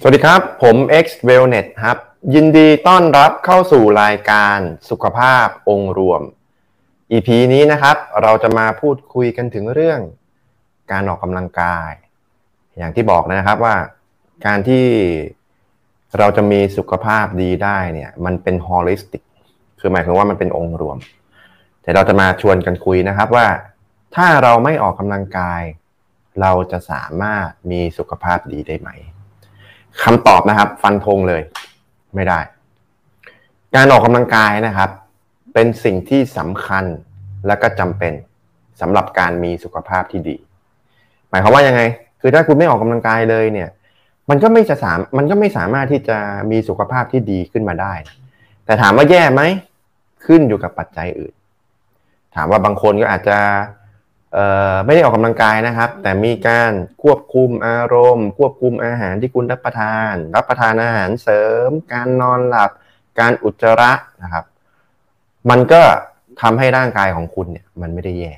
สวัสดีครับผม X Wellness ครับยินดีต้อนรับเข้าสู่รายการสุขภาพองค์รวม EP นี้นะครับเราจะมาพูดคุยกันถึงเรื่องการออกกำลังกายอย่างที่บอกนะครับว่าการที่เราจะมีสุขภาพดีได้เนี่ยมันเป็น holistic คือหมายถึงว่ามันเป็นองค์รวมแต่เราจะมาชวนกันคุยนะครับว่าถ้าเราไม่ออกกำลังกายเราจะสามารถมีสุขภาพดีได้ไหมคำตอบนะครับฟันธงเลยไม่ได้การออกกำลังกายนะครับเป็นสิ่งที่สำคัญและก็จำเป็นสำหรับการมีสุขภาพที่ดีหมายความว่ายังไงคือถ้าคุณไม่ออกกำลังกายเลยเนี่ยมันก็ไม่สามารถที่จะมีสุขภาพที่ดีขึ้นมาได้แต่ถามว่าแย่ไหมขึ้นอยู่กับปัจจัยอื่นถามว่าบางคนก็อาจจะไม่ได้ออกกำลังกายนะครับแต่มีการควบคุมอารมณ์ควบคุมอาหารที่คุณรับประทานอาหารเสริมการนอนหลับการอุจจาระนะครับมันก็ทำให้ร่างกายของคุณเนี่ยมันไม่ได้แย่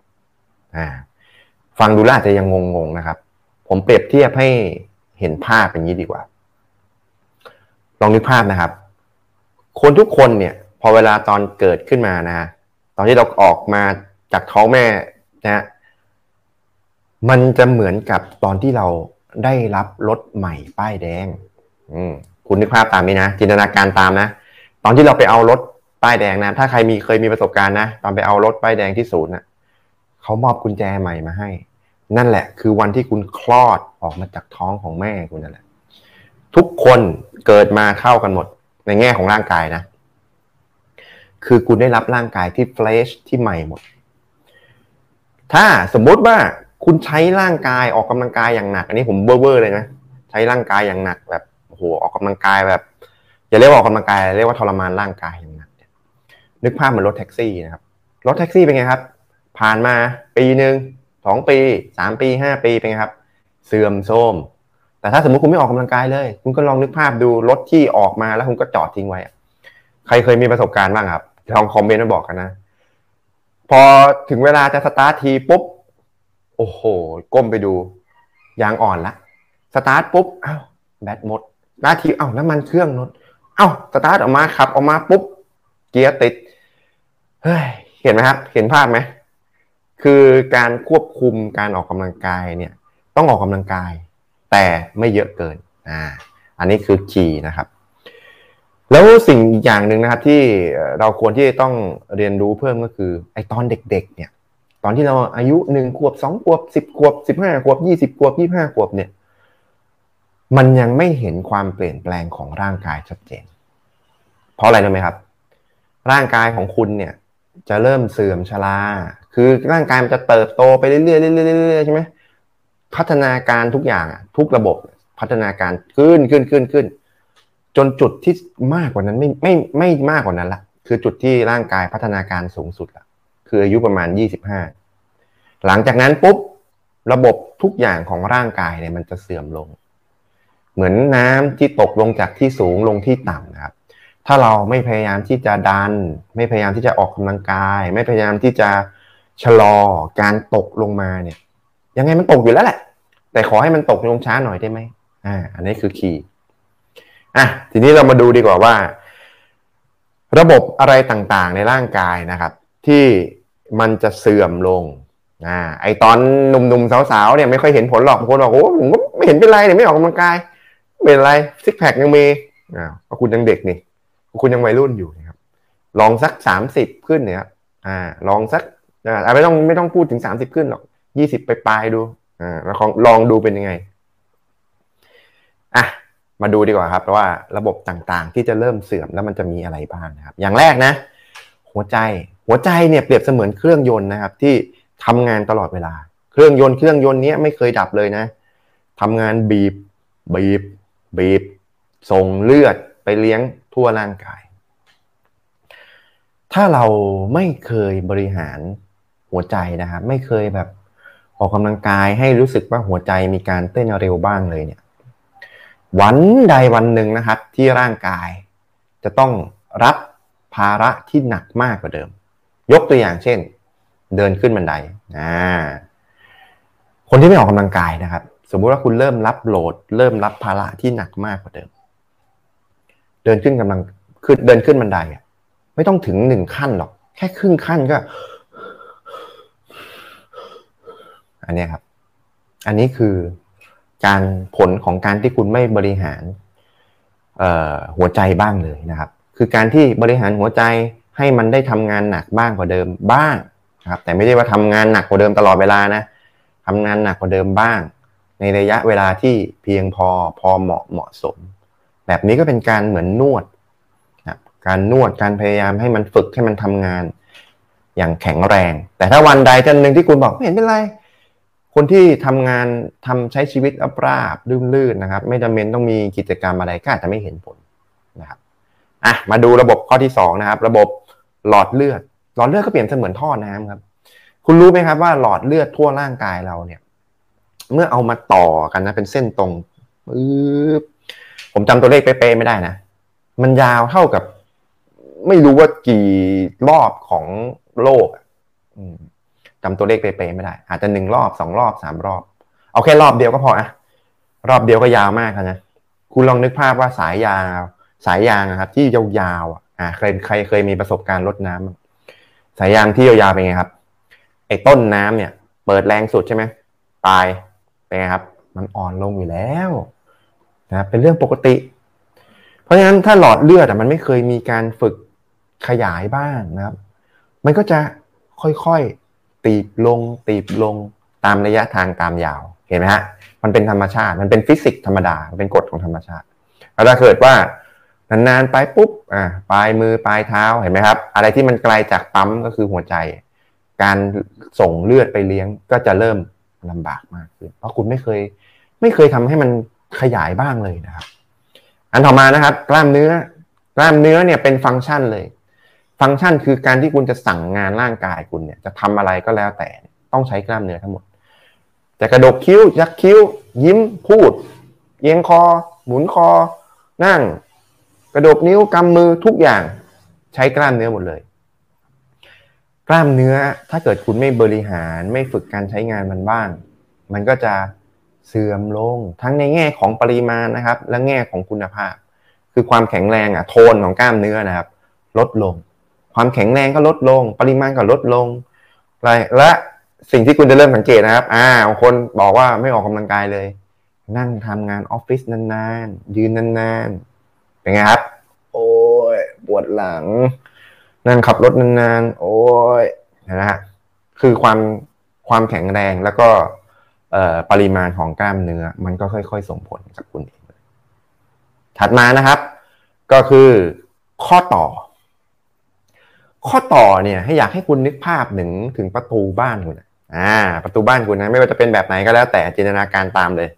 ฟังดูแล้วอาจจะยังงงๆนะครับผมเปรียบเทียบให้เห็นภาพอย่างนี้ดีกว่าลองนึกภาพนะครับคนทุกคนเนี่ยพอเวลาตอนเกิดขึ้นมานะตอนที่เราออกมาจากท้องแม่นะมันจะเหมือนกับตอนที่เราได้รับรถใหม่ป้ายแดงคุณนึกภาพตามนี้นะจินตนาการตามนะตอนที่เราไปเอารถป้ายแดงนะถ้าใครเคยมีประสบการณ์นะตอนไปเอารถป้ายแดงที่ศูนย์นะเขามอบกุญแจใหม่มาให้นั่นแหละคือวันที่คุณคลอดออกมาจากท้องของแม่คุณนั่นแหละทุกคนเกิดมาเท่ากันหมดในแง่ของร่างกายนะคือคุณได้รับร่างกายที่เฟรชที่ใหม่หมดถ้าสมมติว่าคุณใช้ร่างกายออกกำลังกายอย่างหนักอันนี้ผมเว่อร์เลยนะใช้ร่างกายอย่างหนักแบบโอ้โหออกกำลังกายแบบอย่าเรียกว่าออกกำลังกายเรียกว่าทรมานร่างกายอย่างหนักนึกภาพเหมือนรถแท็กซี่นะครับรถแท็กซี่เป็นไงครับผ่านมาปีนึง2 ปี3 ปี5 ปีเป็นไงครับเสื่อมโทรมแต่ถ้าสมมติคุณไม่ออกกำลังกายเลยคุณก็ลองนึกภาพดูรถที่ออกมาแล้วคุณก็จอดทิ้งไว้ใครเคยมีประสบการณ์บ้างครับลองคอมเมนต์มาบอกกันนะพอถึงเวลาจะสตาร์ททีปุ๊บโอ้โหก้มไปดูยางอ่อนละสตาร์ทปุ๊บอ้าวแบตหมดสตาร์ททีอ้าวน้ำมันเครื่องลดอ้าวสตาร์ทออกมาขับออกมาปุ๊บเกียร์ติดเฮ้ยเห็นไหมครับเห็นภาพไหมคือการควบคุมการออกกำลังกายเนี่ยต้องออกกำลังกายแต่ไม่เยอะเกินอันนี้คือคีย์นะครับแล้วสิ่งอีกอย่างหนึ่งนะครับที่เราควรที่จะต้องเรียนรู้เพิ่มก็คือไอ้ตอนเด็กๆเนี่ยตอนที่เราอายุ1 ขวบ2 ขวบ10 ขวบ15 ขวบ20 ขวบ25 ขวบเนี่ยมันยังไม่เห็นความเปลี่ยนแปลงของร่างกายชัดเจนเพราะอะไรรู้ไหมครับร่างกายของคุณเนี่ยจะเริ่มเสื่อมชราคือร่างกายมันจะเติบโตไปเรื่อยๆเรื่อยๆใช่ไหมพัฒนาการทุกอย่างทุกระบบพัฒนาการขึ้นจนจุดที่มากกว่านั้นไม่มากกว่านั้นละคือจุดที่ร่างกายพัฒนาการสูงสุดละคืออายุประมาณ25หลังจากนั้นปุ๊บระบบทุกอย่างของร่างกายเนี่ยมันจะเสื่อมลงเหมือนน้ำที่ตกลงจากที่สูงลงที่ต่ำนะครับถ้าเราไม่พยายามที่จะดันไม่พยายามที่จะออกกำลังกายไม่พยายามที่จะชะลอการตกลงมาเนี่ยยังไงมันตกอยู่แล้วแหละแต่ขอให้มันตกลงช้าหน่อยได้ไหมอันนี้คือคีย์ทีนี้เรามาดูดีกว่าว่าระบบอะไรต่างๆในร่างกายนะครับที่มันจะเสื่อมลงไอตอนหนุ่มๆสาวๆเนี่ยไม่ค่อยเห็นผลหรอกบางคนบอกโอ้ผมก็ไม่เห็นเป็นไรเนี่ยไม่ออกกำลังกายไม่เป็นไรซิกแพคยังมีเพราะคุณยังเด็กนี่คุณยังวัยรุ่นอยู่นะครับลองสัก30ขึ้นเนี่ยลองสักไม่ต้องพูดถึง30ขึ้นหรอก20ไปปลายดูแล้วลองดูเป็นยังไงมาดูดีกว่าครับว่าระบบต่างๆที่จะเริ่มเสื่อมแล้วมันจะมีอะไรบ้างนะครับอย่างแรกนะหัวใจเนี่ยเปรียบเสมือนเครื่องยนต์นะครับที่ทำงานตลอดเวลาเครื่องยนต์นี้ไม่เคยดับเลยนะทำงานบีบส่งเลือดไปเลี้ยงทั่วร่างกายถ้าเราไม่เคยบริหารหัวใจนะครับไม่เคยแบบออกกำลังกายให้รู้สึกว่าหัวใจมีการเต้นเร็วบ้างเลยเนี่ยวันใดวันหนึ่งนะครับที่ร่างกายจะต้องรับภาระที่หนักมากกว่าเดิมยกตัวอย่างเช่นเดินขึ้นบันไดคนที่ไม่ออกกำลังกายนะครับสมมุติว่าคุณเริ่มรับโหลดเริ่มรับภาระที่หนักมากกว่าเดิมเดินขึ้นบันไดอ่ะไม่ต้องถึง1ขั้นหรอกแค่ครึ่งขั้นก็อันนี้ครับอันนี้คือการผลของการที่คุณไม่บริหารหัวใจบ้างเลยนะครับคือการที่บริหารหัวใจให้มันได้ทำงานหนักบ้างกว่าเดิมบ้างนะครับแต่ไม่ได้ว่าทำงานหนักกว่าเดิมตลอดเวลานะทำงานหนักกว่าเดิมบ้างในระยะเวลาที่เพียงพอเหมาะสมแบบนี้ก็เป็นการเหมือนนวดนะการนวดการพยายามให้มันฝึกให้มันทำงานอย่างแข็งแรงแต่ถ้าวันใดวันหนึ่งที่คุณบอกไม่เห็นเป็นไรคนที่ทำงานใช้ชีวิตราบลื่นๆนะครับไม่จำเป็นต้องมีกิจกรรมอะไรก็อาจจะไม่เห็นผลนะครับมาดูระบบข้อที่2นะครับระบบหลอดเลือดก็เปรียบเสมือนท่อน้ำครับคุณรู้ไหมครับว่าหลอดเลือดทั่วร่างกายเราเนี่ยเมื่อเอามาต่อกันนะเป็นเส้นตรงผมจำตัวเลขเป๊ะๆไม่ได้นะมันยาวเท่ากับไม่รู้ว่ากี่รอบของโลกจำตัวเลขเป๊ะๆไม่ได้อาจจะ1รอบ2รอบ3รอบเอาแค่รอบเดียวก็พอรอบเดียวก็ยาวมากนะคุณลองนึกภาพว่าสายยางนะครับที่ยาวๆใครเคยมีประสบการณ์รดน้ำสายยางที่ยาวๆเป็นไงครับไอ้ต้นน้ำเนี่ยเปิดแรงสุดใช่ไหมปลายเป็นไงครับมันอ่อนลงอยู่แล้วนะเป็นเรื่องปกติเพราะฉะนั้นถ้าหลอดเลือดมันไม่เคยมีการฝึกขยายบ้างนะครับมันก็จะค่อยๆตีบลงตามระยะทางตามยาวเห็นไหมฮะมันเป็นธรรมชาติมันเป็นฟิสิกส์ธรรมดามันเป็นกฎของธรรมชาติแล้วถ้าเกิดว่านานๆไปปุ๊บปลายมือปลายเท้าเห็นไหมครับอะไรที่มันไกลจากปั๊มก็คือหัวใจการส่งเลือดไปเลี้ยงก็จะเริ่มลำบากมากขึ้นเพราะคุณไม่เคยทำให้มันขยายบ้างเลยนะครับอันต่อมานะครับกล้ามเนื้อเนี่ยเป็นฟังก์ชันเลยฟังก์ชันคือการที่คุณจะสั่งงานร่างกายคุณเนี่ยจะทำอะไรก็แล้วแต่ต้องใช้กล้ามเนื้อทั้งหมดจะกระดกคิ้วยักคิ้วยิ้มพูดเอียงคอหมุนคอนั่งกระดกนิ้วกำมือทุกอย่างใช้กล้ามเนื้อหมดเลยกล้ามเนื้อถ้าเกิดคุณไม่บริหารไม่ฝึกการใช้งานมันบ้างมันก็จะเสื่อมลงทั้งในแง่ของปริมาณนะครับและแง่ของคุณภาพคือความแข็งแรงโทนของกล้ามเนื้อนะครับลดลงความแข็งแรงก็ลดลงปริมาณก็ลดลงและสิ่งที่คุณจะเริ่มสังเกตนะครับบางคนบอกว่าไม่ออกกำลังกายเลยนั่งทำงานออฟฟิศนานๆยืนนานๆเป็นไงครับโอ้ยปวดหลังนั่งขับรถนานๆโอ้ยนะฮะคือความแข็งแรงแล้วก็ปริมาณของกล้ามเนื้อมันก็ค่อยๆส่งผลกับคุณเองถัดมานะครับก็คือข้อต่อเนี่ยอยากให้คุณนึกภาพถึงประตูบ้านคุณประตูบ้านคุณนะไม่ว่าจะเป็นแบบไหนก็แล้วแต่จินตนาการตามเลย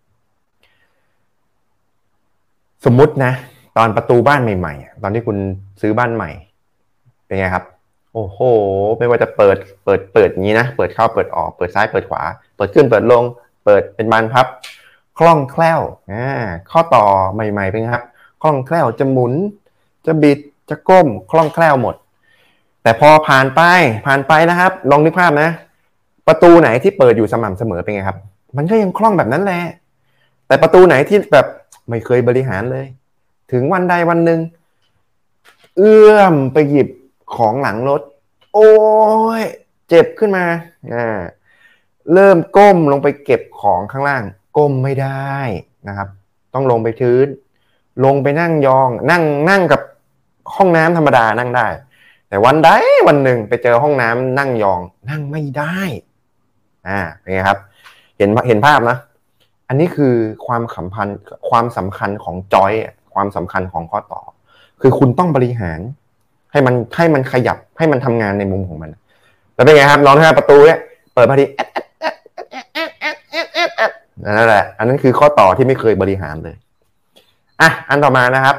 สมมุตินะตอนประตูบ้านใหม่ๆตอนที่คุณซื้อบ้านใหม่เป็นไงครับโอ้โหไม่ว่าจะเปิดอย่างนี้นะเปิดเข้าเปิดออกเปิดซ้ายเปิดขวาเปิดขึ้นเปิดลงเปิดเป็นบานพับคล่องแคล่วข้อต่อใหม่ๆเป็นไงครับคล่องแคล่วจะหมุนจะบิดจะก้มคล่องแคล่วหมดแต่พอผ่านไปนะครับลองนึกภาพนะประตูไหนที่เปิดอยู่สม่ำเสมอเป็นไงครับมันก็ยังคล่องแบบนั้นแหละแต่ประตูไหนที่แบบไม่เคยบริหารเลยถึงวันใดวันหนึ่งเอื้อมไปหยิบของหลังรถโอ้ยเจ็บขึ้นมาเริ่มก้มลงไปเก็บของข้างล่างก้มไม่ได้นะครับต้องลงไปพื้นลงไปนั่งยองนั่งกับห้องน้ำธรรมดานั่งได้แต่วันใดวันหนึ่งไปเจอห้องน้ำนั่งยองนั่งไม่ได้เป็นไงครับเห็นภาพนะอันนี้คือความสำคัญของจอยความสำคัญของข้อต่อคือคุณต้องบริหารให้มันขยับให้มันทำงานในมุมของมันแล้วเป็นไงครับลองนะครับประตูเนี่ยเปิดพอดีนั่นแหละอันนั้นคือข้อต่อที่ไม่เคยบริหารเลยอันต่อมานะครับ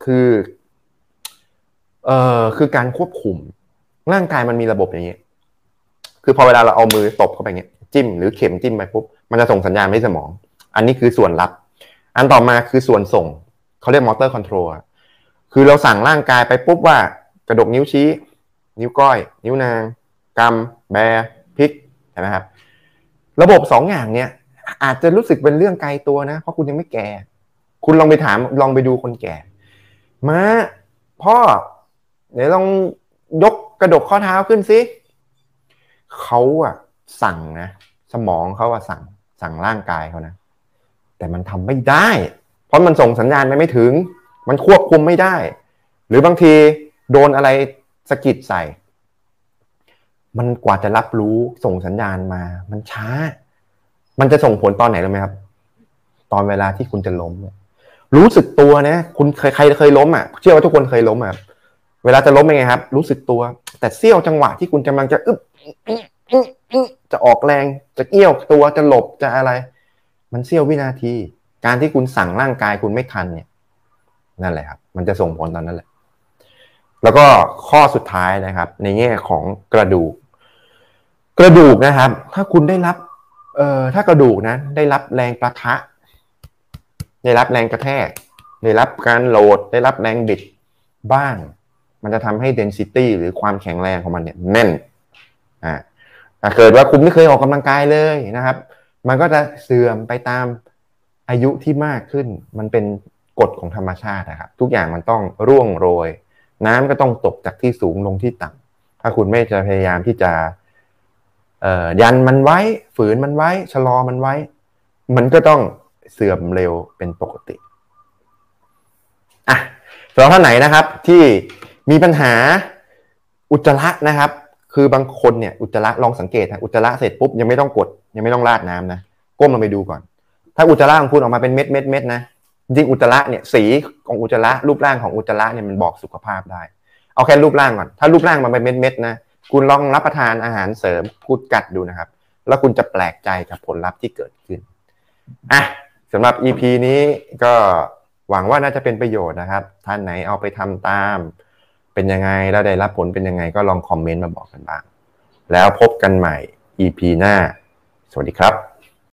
คือการควบคุมร่างกายมันมีระบบอย่างนี้คือพอเวลาเราเอามือตบเข้าไปเงี้ยจิ้มหรือเข็มจิ้มไปปุ๊บมันจะส่งสัญญาณไปที่สมองอันนี้คือส่วนรับอันต่อมาคือส่วนส่งเขาเรียกมอเตอร์คอนโทรลคือเราสั่งร่างกายไปปุ๊บว่ากระดกนิ้วชี้นิ้วก้อยนิ้วนางกำแบพลิกเห็นไหมครับระบบ2อย่างเนี้ยอาจจะรู้สึกเป็นเรื่องไกลตัวนะเพราะคุณยังไม่แก่คุณลองไปดูคนแก่มาพ่อเดี๋ยวลองยกกระดกข้อเท้าขึ้นสิเขาอะสั่งนะสมองเขาอะสั่งร่างกายเขานะแต่มันทำไม่ได้เพราะมันส่งสัญญาณไปไม่ถึงมันควบคุมไม่ได้หรือบางทีโดนอะไรสะกิดใส่มันกว่าจะรับรู้ส่งสัญญาณมามันช้ามันจะส่งผลตอนไหนรู้ไหมครับตอนเวลาที่คุณจะล้มรู้สึกตัวนะคุณใครเคยล้มอ่ะเชื่อว่าทุกคนเคยล้มอ่ะเวลาจะล้มเป็นไงครับรู้สึกตัวแต่เสี้ยวจังหวะที่คุณกำลังจะจะออกแรงจะเอี้ยวตัวจะหลบจะอะไรมันเสี้ยววินาทีการที่คุณสั่งร่างกายคุณไม่ทันเนี่ยนั่นแหละครับมันจะส่งผลตอนนั้นแหละแล้วก็ข้อสุดท้ายนะครับในแง่ของกระดูกนะครับถ้าคุณได้รับถ้ากระดูกนะได้รับแรงประทะได้รับแรงกระแทกได้รับการโหลดได้รับแรงบิดบ้างมันจะทำให้ density หรือความแข็งแรงของมันเนี่ยแน่นถ้าเกิดว่าคุณไม่เคยออกกำลังกายเลยนะครับมันก็จะเสื่อมไปตามอายุที่มากขึ้นมันเป็นกฎของธรรมชาตินะครับทุกอย่างมันต้องร่วงโรยน้ำก็ต้องตกจากที่สูงลงที่ต่ำถ้าคุณไม่จะพยายามที่จะยันมันไว้ฝืนมันไว้ชะลอมันไว้มันก็ต้องเสื่อมเร็วเป็นปกติสำหรับท่านไหนนะครับที่มีปัญหาอุจจาระนะครับคือบางคนเนี่ยอุจจาระลองสังเกตอุจจาระเสร็จปุ๊บยังไม่ต้องกดยังไม่ต้องราดน้ำนะก้มลงไปดูก่อนถ้าอุจจาระของคุณออกมาเป็นเม็ดนะจริงอุจจาระเนี่ยสีของอุจจาระรูปร่างของอุจจาระเนี่ยมันบอกสุขภาพได้เอาแค่รูปร่างก่อนถ้ารูปร่างมันเป็นเม็ดนะคุณลองรับประทานอาหารเสริมคุณกัดดูนะครับแล้วคุณจะแปลกใจกับผลลัพธ์ที่เกิดขึ้นสำหรับ EP นี้ก็หวังว่าน่าจะเป็นประโยชน์นะครับท่านไหนเอาไปทำตามเป็นยังไงแล้วได้รับผลเป็นยังไงก็ลองคอมเมนต์มาบอกกันบ้างแล้วพบกันใหม่ EP หน้าสวัสดีครับ